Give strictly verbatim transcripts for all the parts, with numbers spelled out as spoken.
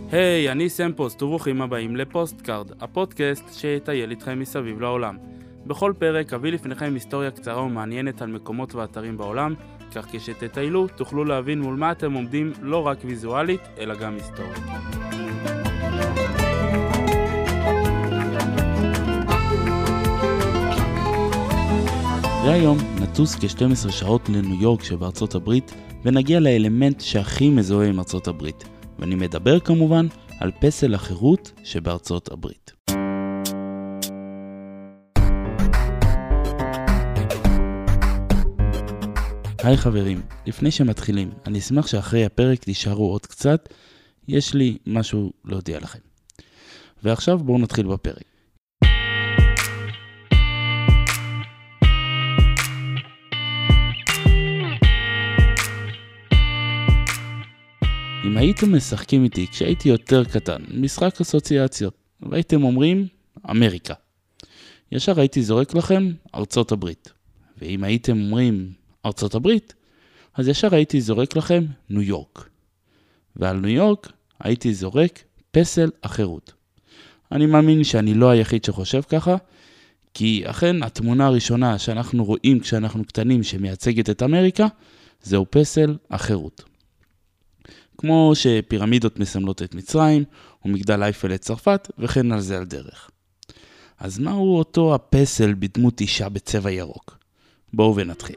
היי, hey, אני סמפוסט, וברוכים הבאים לפוסטקארד, הפודקאסט שיטייל איתכם מסביב לעולם. בכל פרק אביא לפניכם היסטוריה קצרה ומעניינת על מקומות ואתרים בעולם, כך כשתטיילו תוכלו להבין מול מה אתם עומדים לא רק ויזואלית, אלא גם היסטורית. והיום נטוס כ-שתים עשרה שעות לניו יורק שבארצות הברית, ונגיע לאלמנט שהכי מזוהה עם ארצות הברית. ואני מדבר כמובן על פסל החירות שבארצות הברית. היי חברים, לפני שמתחילים, אני אשמח שאחרי הפרק תישארו עוד קצת, יש לי משהו להודיע לכם. ועכשיו בואו נתחיל בפרק. אם הייתם משחקים איתי כשהייתי יותר קטן, משחק אסוציאציות, והייתם אומרים אמריקה, ישר הייתי זורק לכם ארצות הברית. ואם הייתם אומרים ארצות הברית, אז ישר הייתי זורק לכם ניו יורק. ועל ניו יורק הייתי זורק פסל החירות. אני מאמין שאני לא היחיד שחושב ככה, כי אכן התמונה הראשונה שאנחנו רואים כשאנחנו קטנים שמייצגת את אמריקה, זהו פסל החירות. כמו שפירמידות מסמלות את מצרים, ומגדל אייפל את צרפת, וכן על זה על דרך. אז מהו אותו הפסל בדמות אישה בצבע ירוק? בואו ונתחיל.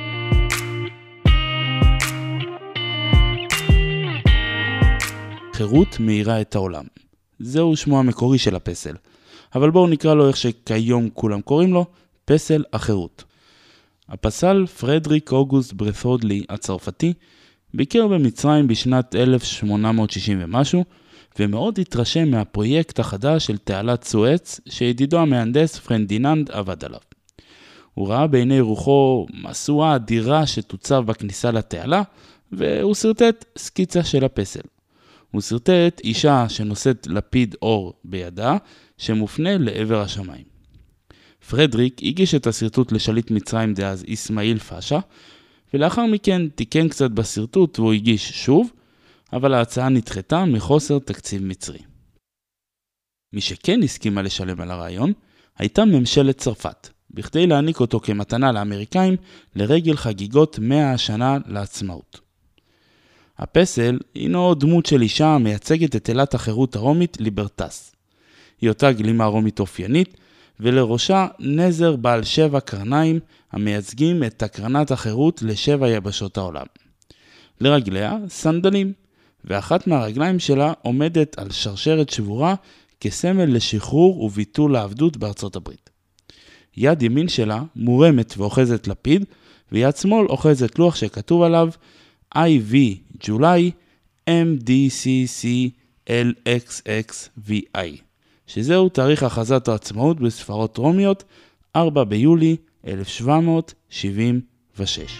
חירות מאירה את העולם. זהו שמו המקורי של הפסל. אבל בואו נקרא לו איך שכיום כולם קוראים לו, פסל החירות. הפסל פרדריק אוגוסט ברת'ודלי הצרפתי, ביקר במצרים בשנת אלף שמונה מאות שישים ומשהו, ומאוד התרשם מהפרויקט החדש של תעלת סואץ, שידידו המהנדס פרנדיננד עבד עליו. הוא ראה בעיני רוחו מסועה אדירה שתוצב בכניסה לתעלה, והוא סרטט סקיצה של הפסל. הוא סרטט אישה שנושאת לפיד אור בידה, שמופנה לעבר השמיים. פרדריק הגיש את הסרטוט לשליט מצרים דאז אסמאעיל פאשה, ולאחר מכן תיקן קצת בסרטוט והוא הגיש שוב, אבל ההצעה נדחתה מחוסר תקציב מצרי. מי שכן הסכימה לשלם על הרעיון, הייתה ממשלת צרפת, בכדי להעניק אותו כמתנה לאמריקאים לרגל חגיגות מאה השנה לעצמאות. הפסל הינו דמות של אישה המייצגת את אלת החירות הרומית ליברטס. היא אותה גלימה רומית אופיינית, ולראשה נזר בעל שבע קרניים המייצגים את הקרנת החירות לשבע יבשות העולם. לרגליה סנדלים, ואחת מהרגליים שלה עומדת על שרשרת שבורה כסמל לשחרור וביטול העבדות בארצות הברית. יד ימין שלה מורמת ואוחזת לפיד, ויד שמאל אוחזת לוח שכתוב עליו איי וי ג'ולי אם די סי סי אל אקס אקס וי איי. שזהו תאריך הכרזת העצמאות בספרות רומיות, ארבעה ביולי אלף שבע מאות שבעים ושש.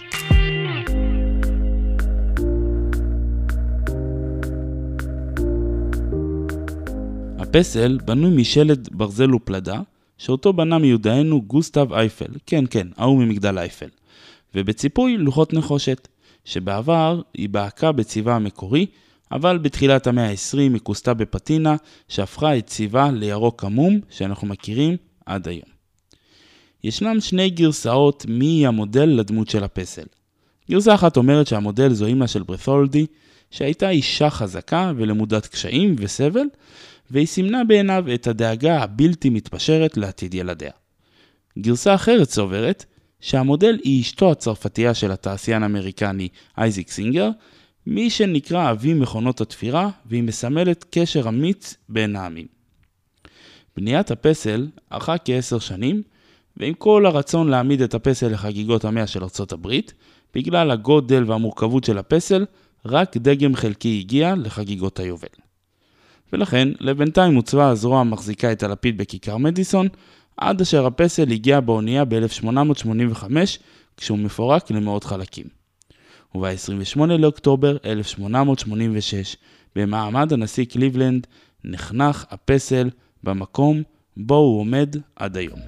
הפסל בנוי משלד ברזל ופלדה, שאותו בנה מיודענו גוסטב אייפל, כן כן, ההוא ממגדל אייפל, ובציפוי לוחות נחושת, שבעבר היא בעקה בצבעה המקורי, אבל בתחילת המאה ה-עשרים היא כוסתה בפטינה שהפכה את צבעה לירוק עמום שאנחנו מכירים עד היום. ישנם שני גרסאות מי המודל לדמות של הפסל. גרסה אחת אומרת שהמודל זו אמא של ברת'ודלי, שהייתה אישה חזקה ולמודת קשיים וסבל, והיא סימנה בעיניו את הדאגה הבלתי מתפשרת לעתיד ילדיה. גרסה אחרת סוברת שהמודל היא אשתו הצרפתייה של התעשיין האמריקני אייזק סינגר, מי שנקרא אבי מכונות התפירה, והיא מסמלת קשר אמיץ בין העמים. בניית הפסל ארכה כעשר שנים, ועם כל הרצון להעמיד את הפסל לחגיגות המאה של ארצות הברית, בגלל הגודל והמורכבות של הפסל, רק דגם חלקי הגיע לחגיגות היובל. ולכן, לבינתיים הוצבה הזרוע המחזיקה את הלפיד בכיכר מדיסון, עד אשר הפסל הגיע באונייה ב-אלף שמונה מאות שמונים וחמש, כשהוא מפורק למאות חלקים. וב-עשרים ושמונה לאוקטובר אלף שמונה מאות שמונים ושש, במעמד הנשיא קליבלנד, נחנך הפסל במקום בו הוא עומד עד היום.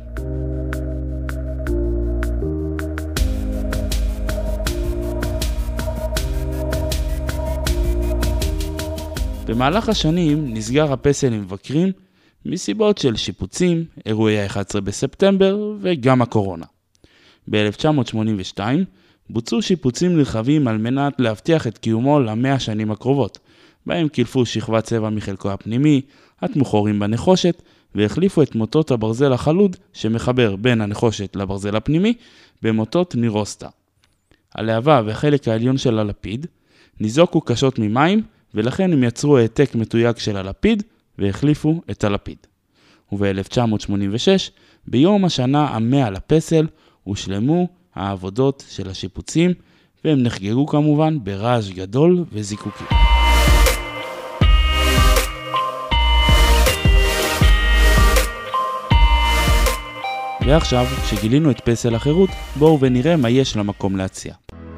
במהלך השנים נסגר הפסל למבקרים מסיבות של שיפוצים, אירועי ה-אחד עשר בספטמבר וגם הקורונה. ב-אלף תשע מאות שמונים ושתיים בוצעו שיפוצים נרחבים על מנת להבטיח את קיומו למאה השנים הקרובות, בהם קילפו שכבת צבע מחלקו הפנימי, התמוכרים בנחושת, והחליפו את מוטות הברזל החלוד שמחבר בין הנחושת לברזל הפנימי במוטות נירוסטה. הלהבה והחלק העליון של הלפיד ניזוקו קשות ממים, ולכן הם יצרו העתק מתויג של הלפיד והחליפו את הלפיד. וב-אלף תשע מאות שמונים ושש, ביום השנה המאה לפסל, הושלמו העבודות של השיפוצים, והם נחגגו כמובן ברעש גדול וזיקוקים. ועכשיו, כשגילינו את פסל החירות, בואו ונראה מה יש למקום להציע.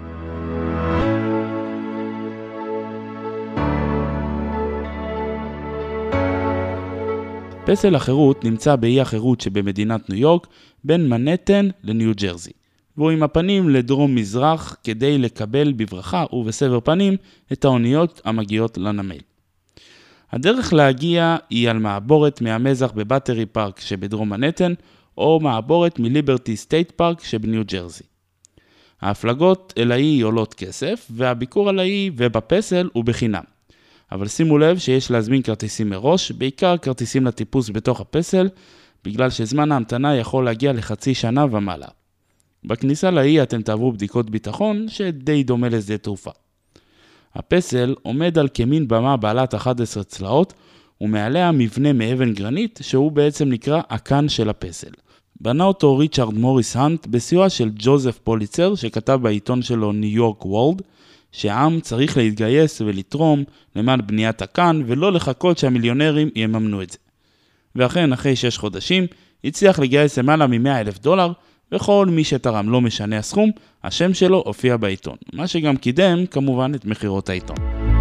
פסל החירות נמצא באי החירות שבמדינת ניו יורק, בין מנהטן לניו ג'רזי, והוא עם הפנים לדרום מזרח כדי לקבל בברכה ובסבר פנים את האוניות המגיעות לנמל. הדרך להגיע היא על מעבורת מהמזח בבטרי פארק שבדרום מנהטן, או מעבורת מליברטי סטייט פארק שבניו ג'רזי. ההפלגות אל האי עולות כסף, והביקור על האי ובפסל הוא בחינם. אבל שימו לב שיש להזמין כרטיסים מראש, בעיקר כרטיסים לטיפוס בתוך הפסל, בגלל שזמן ההמתנה יכול להגיע לחצי שנה ומעלה. בכניסה לאי אתם תעברו בדיקות ביטחון שדי דומה לשדה תעופה. הפסל עומד על כמין במה בעלת אחת עשרה צלעות, ומעליה מבנה מאבן גרנית שהוא בעצם נקרא הקן של הפסל. בנה אותו ריצ'רד מוריס הנט בסיוע של ג'וזף פוליצר שכתב בעיתון שלו ניו יורק וורלד, שהעם צריך להתגייס ולתרום למען בניית הקן ולא לחכות שהמיליונרים יממנו את זה. ואכן אחרי שש חודשים הצליח לגייס למעלה מ-מאה אלף דולר, וכל מי שתרם לא משנה הסכום, השם שלו הופיע בעיתון, מה שגם קידם כמובן את מחירות העיתון.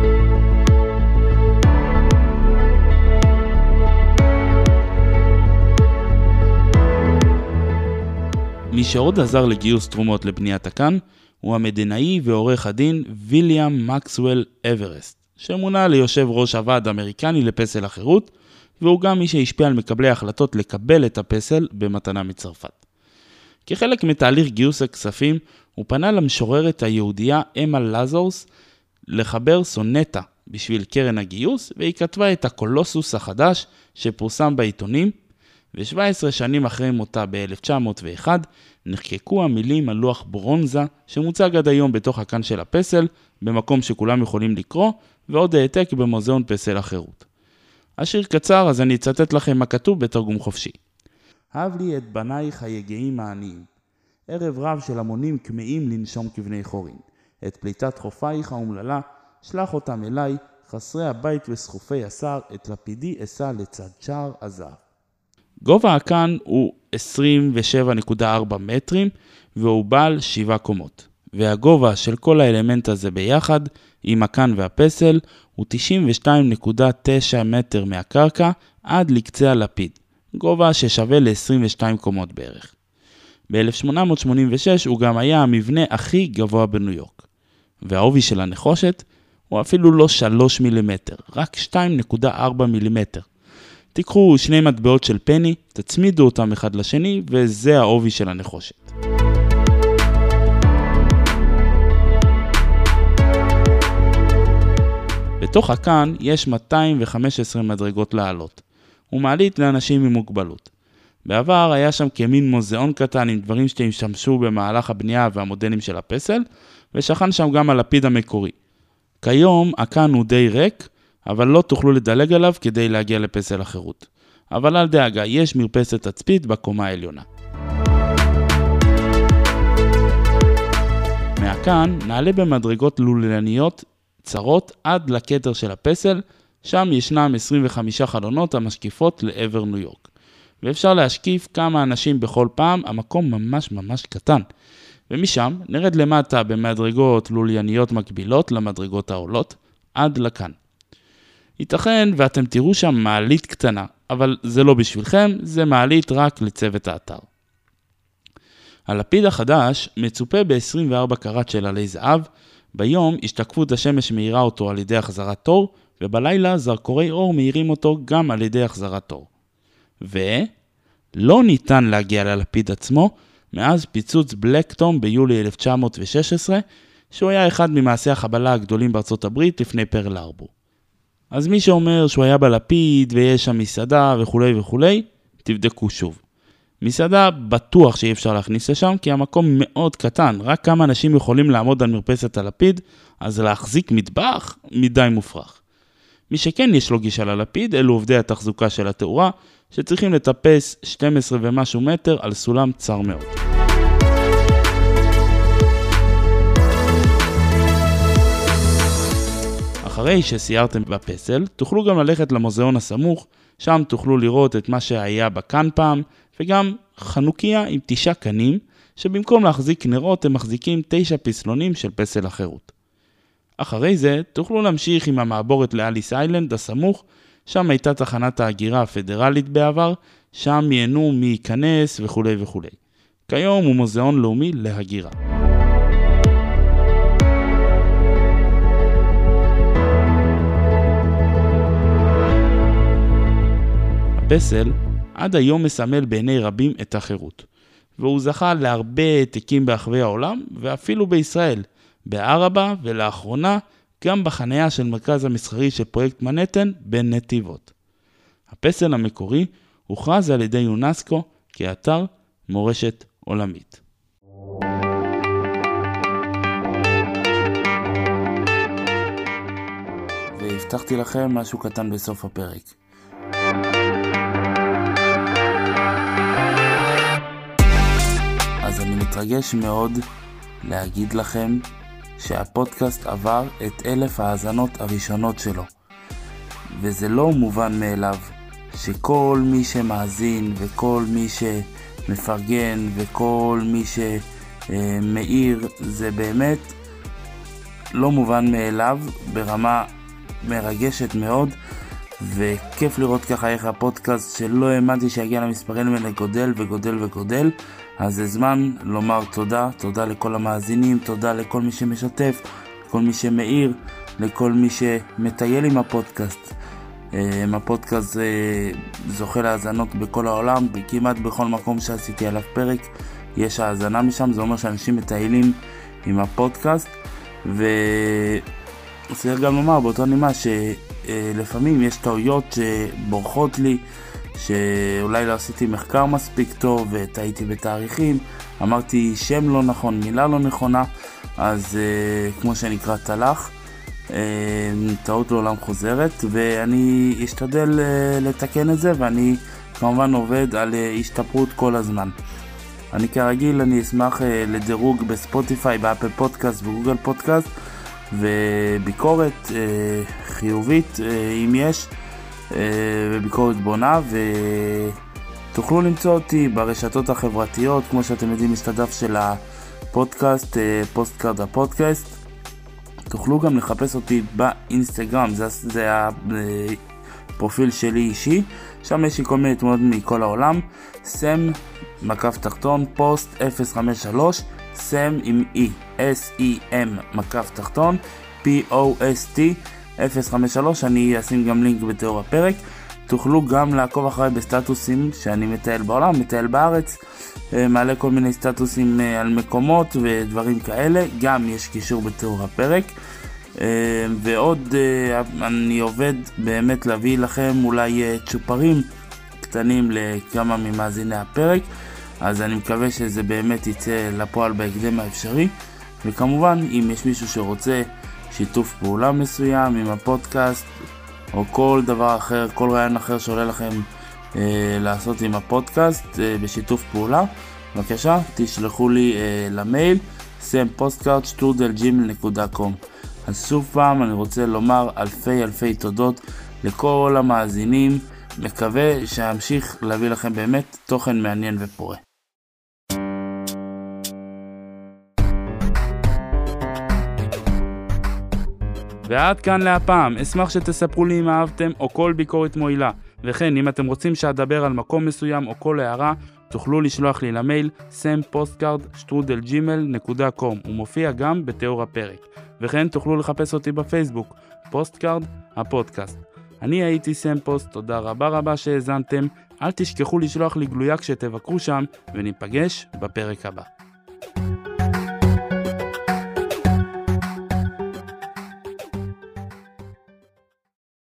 מי שעוד עזר לגיוס תרומות לבניית הקן, הוא המדינאי ועורך הדין ויליאם מקסוול אברסט, שמונה ליושב ראש הוועד האמריקני לפסל החירות, והוא גם מי שהשפיע על מקבלי ההחלטות לקבל את הפסל במתנה מצרפת. כחלק מתהליך גיוס הכספים, הוא פנה למשוררת היהודייה אמה לזורס לחבר סונטה בשביל קרן הגיוס, והיא כתבה את הקולוסוס החדש שפורסם בעיתונים, ו-שבע עשרה שנים אחרי מותה ב-אלף תשע מאות ואחת נחקקו המילים על לוח ברונזה שמוצג עד היום בתוך הקן של הפסל, במקום שכולם יכולים לקרוא, ועוד העתק במוזיאון פסל החירות. השיר קצר, אז אני אצטט לכם מה כתוב בתרגום חופשי. הב לי את בנייך היגעים העניים, ערב רב של המונים כמאים לנשום כבני חורין. את פליטת חופייך האומללה, שלח אותם אליי, חסרי הבית וסחופי השר, את לפידי אסע לצד שער הזהב. גובה הקן הוא עשרים ושבע נקודה ארבע מטרים, והוא בעל שבע קומות. והגובה של כל האלמנט הזה ביחד, עם הקן והפסל, הוא תשעים ושתיים נקודה תשע מטר מהקרקע עד לקצה הלפיד. גובה ששווה ל-עשרים ושתיים קומות בערך. ב-אלף שמונה מאות שמונים ושש הוא גם היה המבנה הכי גבוה בניו יורק. והעובי של הנחושת הוא אפילו לא שלוש מילימטר, רק שתיים נקודה ארבע מילימטר. תיקחו שני מטבעות של פני, תצמידו אותם אחד לשני, וזה העובי של הנחושת. בתוך הקן יש מאתיים וחמש עשרה מדרגות לעלות. הוא מעלית לאנשים עם מוגבלות. בעבר היה שם כמין מוזיאון קטן עם דברים שהשתמשו במהלך הבנייה והמודלים של הפסל, ושכן שם גם הלפיד המקורי. כיום הקן הוא די ריק, אבל לא תוכלו לדלג עליו כדי להגיע לפסל החירות. אבל אל דאגה, יש מרפסת תצפית בקומה העליונה. מהקן נעלה במדרגות לולניות צרות עד לכתר של הפסל, שם ישנם עשרים וחמישה חלונות המשקיפות לעבר ניו יורק. ואפשר להשקיף כמה אנשים בכל פעם, המקום ממש ממש קטן. ומשם נרד למטה במדרגות לולייניות מקבילות למדרגות העולות, עד לכאן. ייתכן ואתם תראו שם מעלית קטנה, אבל זה לא בשבילכם, זה מעלית רק לצוות האתר. הלפיד החדש מצופה ב-עשרים וארבע קראט של עלי זהב, ביום השתקפות השמש מאירה אותו על ידי החזרת תור, ובלילה זרקורי אור מאירים אותו גם על ידי החזרת אור. ולא ניתן להגיע ללפיד עצמו מאז פיצוץ בלקטום ביולי אלף תשע מאות ושש עשרה, שהוא היה אחד ממעשי החבלה הגדולים בארצות הברית לפני פרל הארבור. אז מי שאומר שהוא היה בלפיד ויש שם מסעדה וכו' וכו', תבדקו שוב. מסעדה בטוח שאי אפשר להכניס לשם, כי המקום מאוד קטן, רק כמה אנשים יכולים לעמוד על מרפסת הלפיד, אז להחזיק מטבח מדי מופרך. מי שכן יש לו גישה ללפיד, אלו עובדי התחזוקה של התאורה, שצריכים לטפס שתים עשרה ומשהו מטר על סולם צר מאוד. אחרי שסיירתם בפסל, תוכלו גם ללכת למוזיאון הסמוך, שם תוכלו לראות את מה שהיה בכאן פעם, וגם חנוכיה עם תשעה קנים, שבמקום להחזיק נרות הם מחזיקים תשע פסלונים של פסל החירות. אחרי זה תוכלו להמשיך עם המעבורת לאליס איילנד הסמוך, שם הייתה תחנת ההגירה הפדרלית בעבר, שם ייהנו מי ייכנס וכו' וכו'. כיום הוא מוזיאון לאומי להגירה. הפסל עד היום מסמל בעיני רבים את החירות, והוא זכה להרבה העתקים ברחבי העולם ואפילו בישראל, בערבה ולאחרונה גם בחניה של מרכז המסחרי של פרויקט מנהטן בנתיבות. הפסל המקורי הוכרז על ידי יונסקו כאתר מורשת עולמית. והבטחתי לכם משהו קטן בסוף הפרק. אז אני מתרגש מאוד להגיד לכם שהפודקאסט עבר את אלף האזנות הראשונות שלו. וזה לא מובן מאליו שכל מי שמאזין וכל מי שמפרגן וכל מי שמאיר, זה באמת לא מובן מאליו, ברמה מרגשת מאוד, וכיף לראות ככה איך הפודקאסט שלא האמנתי שיגיע למספרים האלה גודל וגודל וגודל. אז זה זמן לומר תודה, תודה לכל המאזינים, תודה לכל מי שמשתף, לכל מי שמאיר, לכל מי שמטייל עם הפודקאסט. הפודקאסט זוכה להאזנות בכל העולם, וכמעט בכל מקום שעשיתי עליו פרק יש האזנה משם, זה אומר שאנשים מטיילים עם הפודקאסט. וצריך גם לומר באותו נימה שלפעמים יש טעויות שבורחות לי, שאולי לא עשיתי מחקר מספיק טוב וטעיתי בתאריכים, אמרתי שם לא נכון, מילה לא נכונה, אז uh, כמו שנקרא תלך, uh, טעות לעולם חוזרת, ואני אשתדל uh, לתקן את זה, ואני כמובן עובד על uh, השתפרות כל הזמן. אני כרגיל, אני אשמח uh, לדירוג בספוטיפיי, באפל פודקאסט וגוגל פודקאסט, וביקורת uh, חיובית uh, אם יש, וביקורת בונה, ותוכלו למצוא אותי ברשתות החברתיות, כמו שאתם יודעים, יש את הדף של הפודקאסט, פוסטקארד הפודקאסט. תוכלו גם לחפש אותי באינסטגרם, זה, זה הפרופיל שלי אישי, שם יש לי כל מיני תמונות מכל העולם. סם מקף תחתון פוסט אפס חמש שלוש, סם עם אי, אס אי אם מקף תחתון פי או אס טי אפס חמש שלוש. אני אשים גם לינק בתיאור הפרק. תוכלו גם לעקוב אחריי בסטטוסים שאני מטייל בעולם, מטייל בארץ, מעלה כל מיני סטטוסים על מקומות ודברים כאלה, גם יש קישור בתיאור הפרק. ועוד אני עובד באמת להביא לכם אולי צ'ופרים קטנים לכמה ממאזיני הפרק, אז אני מקווה שזה באמת יצא לפועל בהקדם האפשרי. וכמובן אם יש מישהו שרוצה שיתוף פעולה מסוים עם הפודקאסט, או כל דבר אחר, כל רעיון אחר שעולה לכם אה, לעשות עם הפודקאסט אה, בשיתוף פעולה, בבקשה תשלחו לי אה, למייל סם פוסטקארד שטרודל ג'ימייל נקודה קום. אז שוב פעם אני רוצה לומר אלפי אלפי תודות לכל המאזינים, מקווה שאמשיך להביא לכם באמת תוכן מעניין ופורה. ועד כאן להפעם, אשמח שתספרו לי אם אהבתם או כל ביקורת מועילה. וכן, אם אתם רוצים שאדבר על מקום מסוים או כל הערה, תוכלו לשלוח לי למייל סם פוסטקארד שטרודל ג'ימייל נקודה קום. הוא מופיע גם בתיאור הפרק. וכן, תוכלו לחפש אותי בפייסבוק, פוסטקארד הפודקאסט. אני הייתי סם פוסט, תודה רבה רבה שהאזנתם, אל תשכחו לשלוח לי גלויה כשתבקרו שם, וניפגש בפרק הבא.